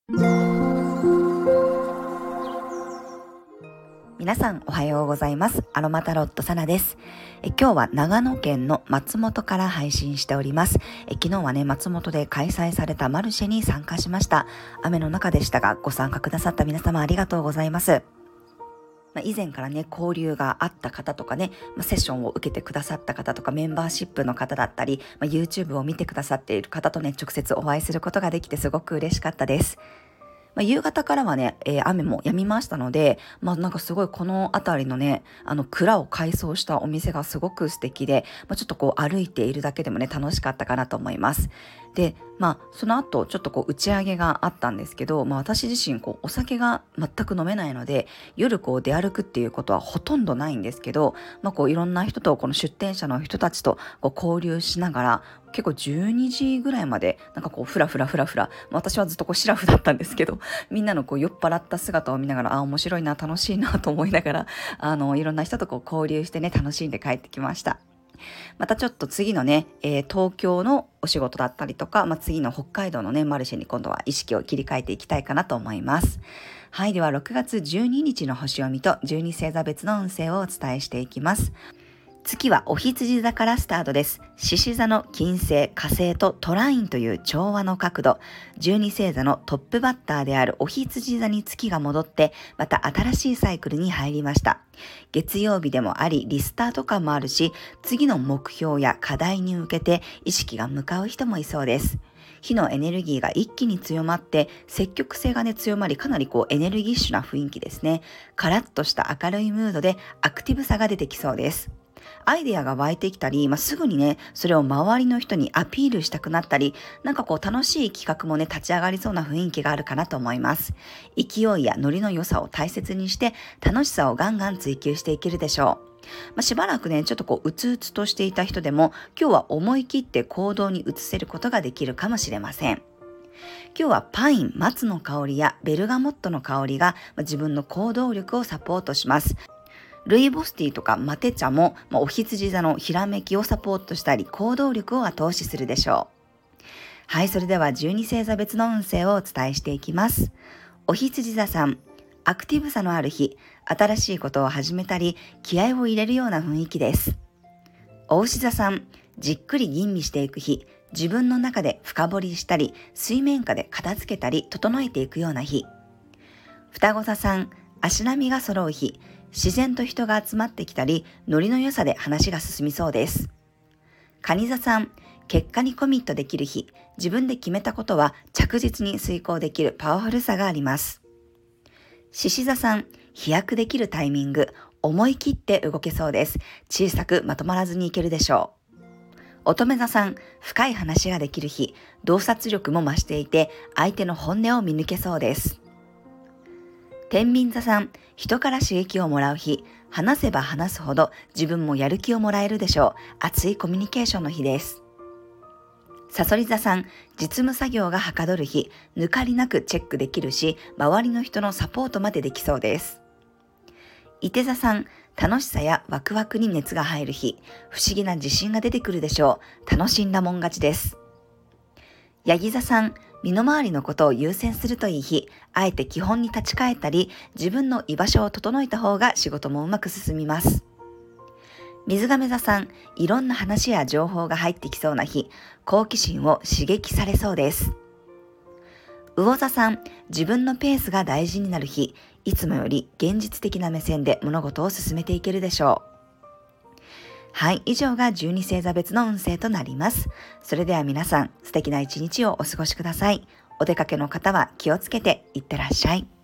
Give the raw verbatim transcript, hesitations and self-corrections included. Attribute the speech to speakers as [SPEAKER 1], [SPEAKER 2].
[SPEAKER 1] 皆さんおはようございます。アロマタロットサナです。え今日は長野県の松本から配信しております。え昨日はね、松本で開催されたマルシェに参加しました。雨の中でしたが、ご参加くださった皆様ありがとうございます。まあ、以前からね、交流があった方とかね、まあ、セッションを受けてくださった方とか、メンバーシップの方だったり、まあ、YouTube を見てくださっている方とね、直接お会いすることができてすごく嬉しかったです。まあ、夕方からはね、えー雨も止みましたので、まあなんかすごいこの辺りのね、あの蔵を改装したお店がすごく素敵で、まあ、ちょっとこう歩いているだけでもね、楽しかったかなと思います。で、まあその後ちょっとこう打ち上げがあったんですけど、まあ私自身こうお酒が全く飲めないので、夜こう出歩くっていうことはほとんどないんですけど、まあこういろんな人とこの出店者の人たちとこう交流しながら、結構じゅうにじぐらいまでなんかこうフラフラフラフラ、まあ私はずっとこうシラフだったんですけど、みんなのこう酔っ払った姿を見ながら、あ、面白いな、楽しいなと思いながら、あのいろんな人とこう交流してね、楽しんで帰ってきました。またちょっと次のね、えー東京のお仕事だったりとか、まあ、次の北海道のね、マルシェに今度は意識を切り替えていきたいかなと思います。はい、ではろくがつじゅうににちの星読みとじゅうに星座別の運勢をお伝えしていきます。月はお羊座からスタートです。獅子座の金星、火星とトラインという調和の角度、じゅうに星座のトップバッターであるお羊座に月が戻って、また新しいサイクルに入りました。月曜日でもあり、リスタート感もあるし、次の目標や課題に向けて意識が向かう人もいそうです。火のエネルギーが一気に強まって、積極性がね強まり、かなりこうエネルギッシュな雰囲気ですね。カラッとした明るいムードでアクティブさが出てきそうです。アイデアが湧いてきたり、まあ、すぐにね、それを周りの人にアピールしたくなったり、なんかこう楽しい企画もね、立ち上がりそうな雰囲気があるかなと思います。勢いやノリの良さを大切にして、楽しさをガンガン追求していけるでしょう。まあ、しばらくね、ちょっとこう、うつうつとしていた人でも、今日は思い切って行動に移せることができるかもしれません。今日はパイン、松の香りやベルガモットの香りが、まあ自分の行動力をサポートします。ルイボスティーとかマテ茶も、まあ、お羊座のひらめきをサポートしたり、行動力を後押しするでしょう。はい、それではじゅうに星座別の運勢をお伝えしていきます。お羊座さん、アクティブさのある日、新しいことを始めたり、気合を入れるような雰囲気です。お牛座さん、じっくり吟味していく日、自分の中で深掘りしたり、水面下で片付けたり、整えていくような日。双子座さん、足並みが揃う日、自然と人が集まってきたり、ノリの良さで話が進みそうです。蟹座さん、結果にコミットできる日、自分で決めたことは着実に遂行できるパワフルさがあります。獅子座さん、飛躍できるタイミング、思い切って動けそうです。小さくまとまらずにいけるでしょう。乙女座さん、深い話ができる日、洞察力も増していて、相手の本音を見抜けそうです。天秤座さん、人から刺激をもらう日、話せば話すほど自分もやる気をもらえるでしょう。熱いコミュニケーションの日です。さそり座さん、実務作業がはかどる日、抜かりなくチェックできるし、周りの人のサポートまでできそうです。いて座さん、楽しさやワクワクに熱が入る日、不思議な自信が出てくるでしょう。楽しんだもん勝ちです。ヤギ座さん、身の回りのことを優先するといい日、あえて基本に立ち返ったり、自分の居場所を整えた方が仕事もうまく進みます。水亀座さん、いろんな話や情報が入ってきそうな日、好奇心を刺激されそうです。魚座さん、自分のペースが大事になる日、いつもより現実的な目線で物事を進めていけるでしょう。はい、以上がじゅうに星座別の運勢となります。それでは皆さん、素敵な一日をお過ごしください。お出かけの方は気をつけていってらっしゃい。